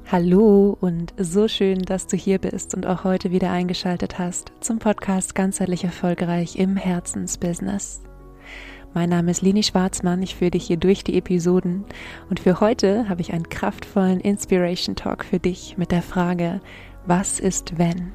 Hallo und so schön, dass du hier bist und auch heute wieder eingeschaltet hast zum Podcast Ganzheitlich Erfolgreich im Herzensbusiness. Mein Name ist Lini Schwarzmann, ich führe dich hier durch die Episoden und für heute habe ich einen kraftvollen Inspiration Talk für dich mit der Frage, was ist wenn?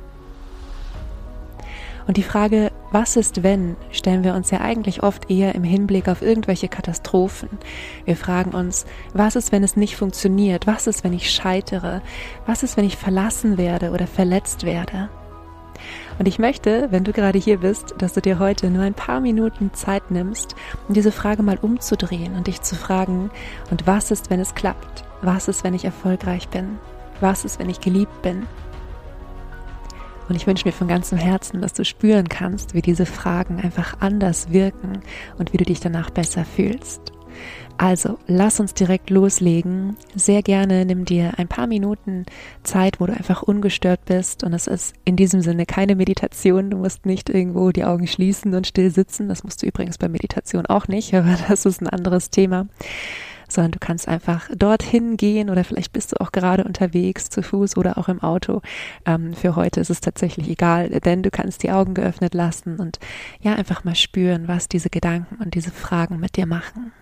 Und die Frage, was ist wenn, stellen wir uns ja eigentlich oft eher im Hinblick auf irgendwelche Katastrophen. Wir fragen uns, was ist, wenn es nicht funktioniert? Was ist, wenn ich scheitere? Was ist, wenn ich verlassen werde oder verletzt werde? Und ich möchte, wenn du gerade hier bist, dass du dir heute nur ein paar Minuten Zeit nimmst, um diese Frage mal umzudrehen und dich zu fragen, und was ist, wenn es klappt? Was ist, wenn ich erfolgreich bin? Was ist, wenn ich geliebt bin? Und ich wünsche mir von ganzem Herzen, dass du spüren kannst, wie diese Fragen einfach anders wirken und wie du dich danach besser fühlst. Also, lass uns direkt loslegen. Sehr gerne nimm dir ein paar Minuten Zeit, wo du einfach ungestört bist. Und es ist in diesem Sinne keine Meditation. Du musst nicht irgendwo die Augen schließen und still sitzen. Das musst du übrigens bei Meditation auch nicht, aber das ist ein anderes Thema. Sondern du kannst einfach dorthin gehen oder vielleicht bist du auch gerade unterwegs, zu Fuß oder auch im Auto. Für heute ist es tatsächlich egal, denn du kannst die Augen geöffnet lassen und ja, einfach mal spüren, was diese Gedanken und diese Fragen mit dir machen.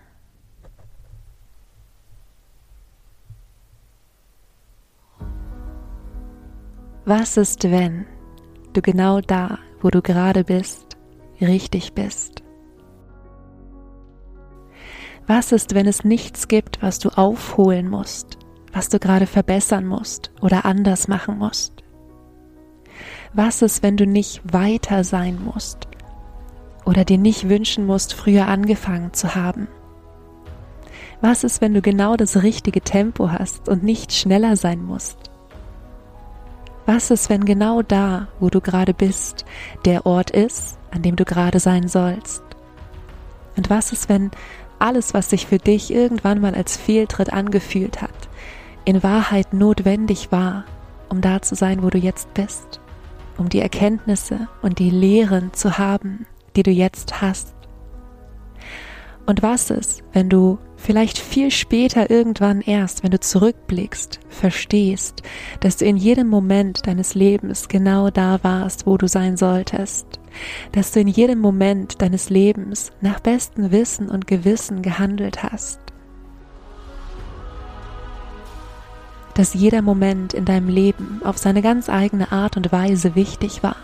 Was ist, wenn du genau da, wo du gerade bist, richtig bist? Was ist, wenn es nichts gibt, was du aufholen musst, was du gerade verbessern musst oder anders machen musst? Was ist, wenn du nicht weiter sein musst oder dir nicht wünschen musst, früher angefangen zu haben? Was ist, wenn du genau das richtige Tempo hast und nicht schneller sein musst? Was ist, wenn genau da, wo du gerade bist, der Ort ist, an dem du gerade sein sollst? Und was ist, wenn alles, was sich für dich irgendwann mal als Fehltritt angefühlt hat, in Wahrheit notwendig war, um da zu sein, wo du jetzt bist, um die Erkenntnisse und die Lehren zu haben, die du jetzt hast? Und was ist, wenn du vielleicht viel später irgendwann erst, wenn du zurückblickst, verstehst, dass du in jedem Moment deines Lebens genau da warst, wo du sein solltest, dass du in jedem Moment deines Lebens nach bestem Wissen und Gewissen gehandelt hast, dass jeder Moment in deinem Leben auf seine ganz eigene Art und Weise wichtig war?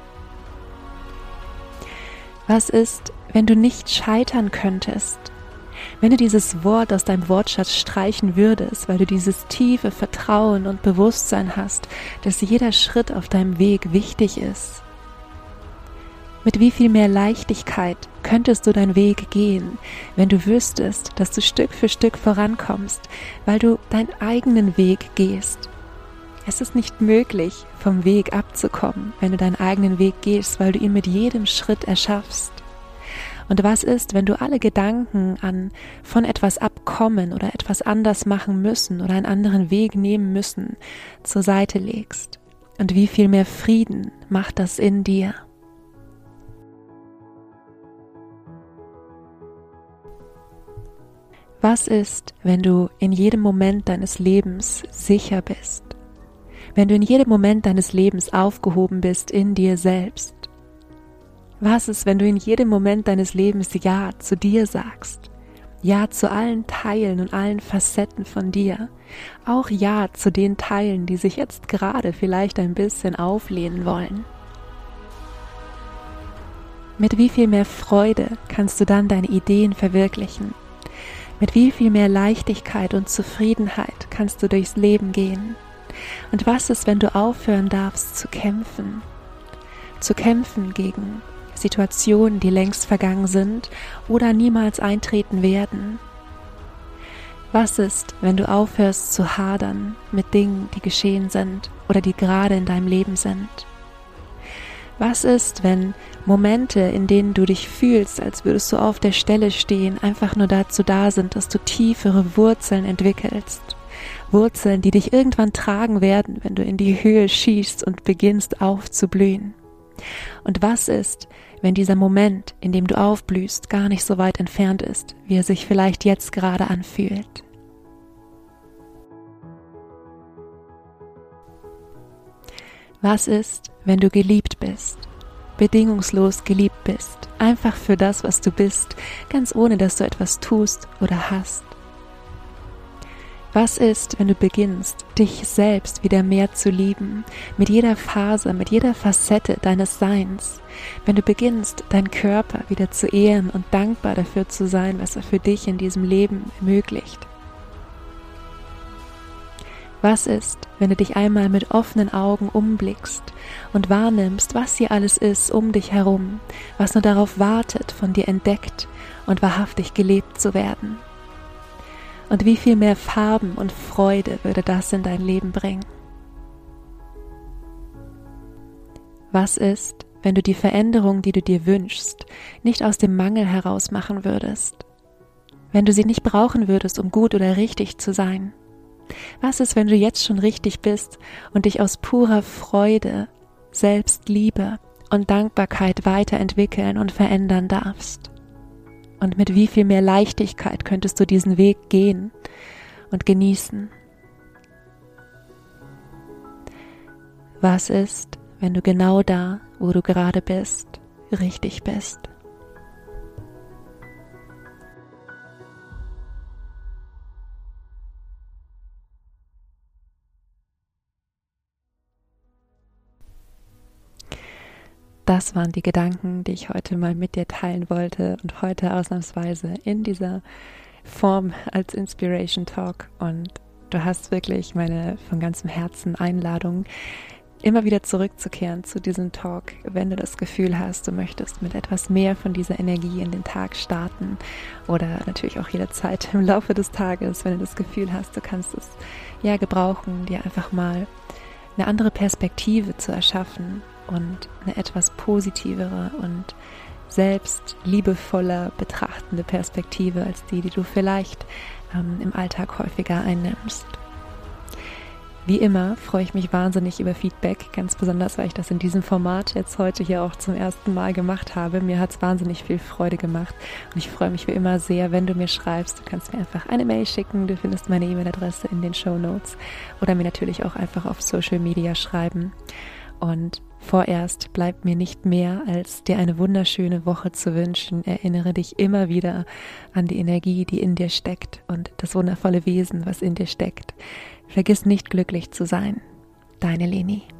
Was ist, wenn du nicht scheitern könntest? Wenn du dieses Wort aus deinem Wortschatz streichen würdest, weil du dieses tiefe Vertrauen und Bewusstsein hast, dass jeder Schritt auf deinem Weg wichtig ist? Mit wie viel mehr Leichtigkeit könntest du deinen Weg gehen, wenn du wüsstest, dass du Stück für Stück vorankommst, weil du deinen eigenen Weg gehst? Es ist nicht möglich, vom Weg abzukommen, wenn du deinen eigenen Weg gehst, weil du ihn mit jedem Schritt erschaffst. Und was ist, wenn du alle Gedanken an von etwas abkommen oder etwas anders machen müssen oder einen anderen Weg nehmen müssen zur Seite legst? Und wie viel mehr Frieden macht das in dir? Was ist, wenn du in jedem Moment deines Lebens sicher bist? Wenn du in jedem Moment deines Lebens aufgehoben bist in dir selbst? Was ist, wenn du in jedem Moment deines Lebens Ja zu dir sagst? Ja zu allen Teilen und allen Facetten von dir. Auch Ja zu den Teilen, die sich jetzt gerade vielleicht ein bisschen auflehnen wollen. Mit wie viel mehr Freude kannst du dann deine Ideen verwirklichen? Mit wie viel mehr Leichtigkeit und Zufriedenheit kannst du durchs Leben gehen? Und was ist, wenn du aufhören darfst zu kämpfen? Zu kämpfen gegen Situationen, die längst vergangen sind oder niemals eintreten werden? Was ist, wenn du aufhörst zu hadern mit Dingen, die geschehen sind oder die gerade in deinem Leben sind? Was ist, wenn Momente, in denen du dich fühlst, als würdest du auf der Stelle stehen, einfach nur dazu da sind, dass du tiefere Wurzeln entwickelst? Wurzeln, die dich irgendwann tragen werden, wenn du in die Höhe schießt und beginnst aufzublühen. Und was ist, wenn dieser Moment, in dem du aufblühst, gar nicht so weit entfernt ist, wie er sich vielleicht jetzt gerade anfühlt? Was ist, wenn du geliebt bist? Bedingungslos geliebt bist, einfach für das, was du bist, ganz ohne, dass du etwas tust oder hast. Was ist, wenn du beginnst, dich selbst wieder mehr zu lieben, mit jeder Phase, mit jeder Facette deines Seins, wenn du beginnst, deinen Körper wieder zu ehren und dankbar dafür zu sein, was er für dich in diesem Leben ermöglicht? Was ist, wenn du dich einmal mit offenen Augen umblickst und wahrnimmst, was hier alles ist um dich herum, was nur darauf wartet, von dir entdeckt und wahrhaftig gelebt zu werden? Und wie viel mehr Farben und Freude würde das in dein Leben bringen? Was ist, wenn du die Veränderung, die du dir wünschst, nicht aus dem Mangel heraus machen würdest? Wenn du sie nicht brauchen würdest, um gut oder richtig zu sein? Was ist, wenn du jetzt schon richtig bist und dich aus purer Freude, Selbstliebe und Dankbarkeit weiterentwickeln und verändern darfst? Und mit wie viel mehr Leichtigkeit könntest du diesen Weg gehen und genießen? Was ist, wenn du genau da, wo du gerade bist, richtig bist? Das waren die Gedanken, die ich heute mal mit dir teilen wollte und heute ausnahmsweise in dieser Form als Inspiration Talk. Und du hast wirklich meine von ganzem Herzen Einladung, immer wieder zurückzukehren zu diesem Talk, wenn du das Gefühl hast, du möchtest mit etwas mehr von dieser Energie in den Tag starten oder natürlich auch jederzeit im Laufe des Tages, wenn du das Gefühl hast, du kannst es ja gebrauchen, dir einfach mal eine andere Perspektive zu erschaffen und eine etwas positivere und selbst liebevoller betrachtende Perspektive als die du vielleicht im Alltag häufiger einnimmst. Wie immer freue ich mich wahnsinnig über Feedback, ganz besonders, weil ich das in diesem Format jetzt heute hier auch zum ersten Mal gemacht habe. Mir hat es wahnsinnig viel Freude gemacht und ich freue mich wie immer sehr, wenn du mir schreibst. Du kannst mir einfach eine Mail schicken, du findest meine E-Mail-Adresse in den Shownotes oder mir natürlich auch einfach auf Social Media schreiben. Und vorerst bleibt mir nicht mehr, als dir eine wunderschöne Woche zu wünschen. Erinnere dich immer wieder an die Energie, die in dir steckt und das wundervolle Wesen, was in dir steckt. Vergiss nicht, glücklich zu sein. Deine Leni.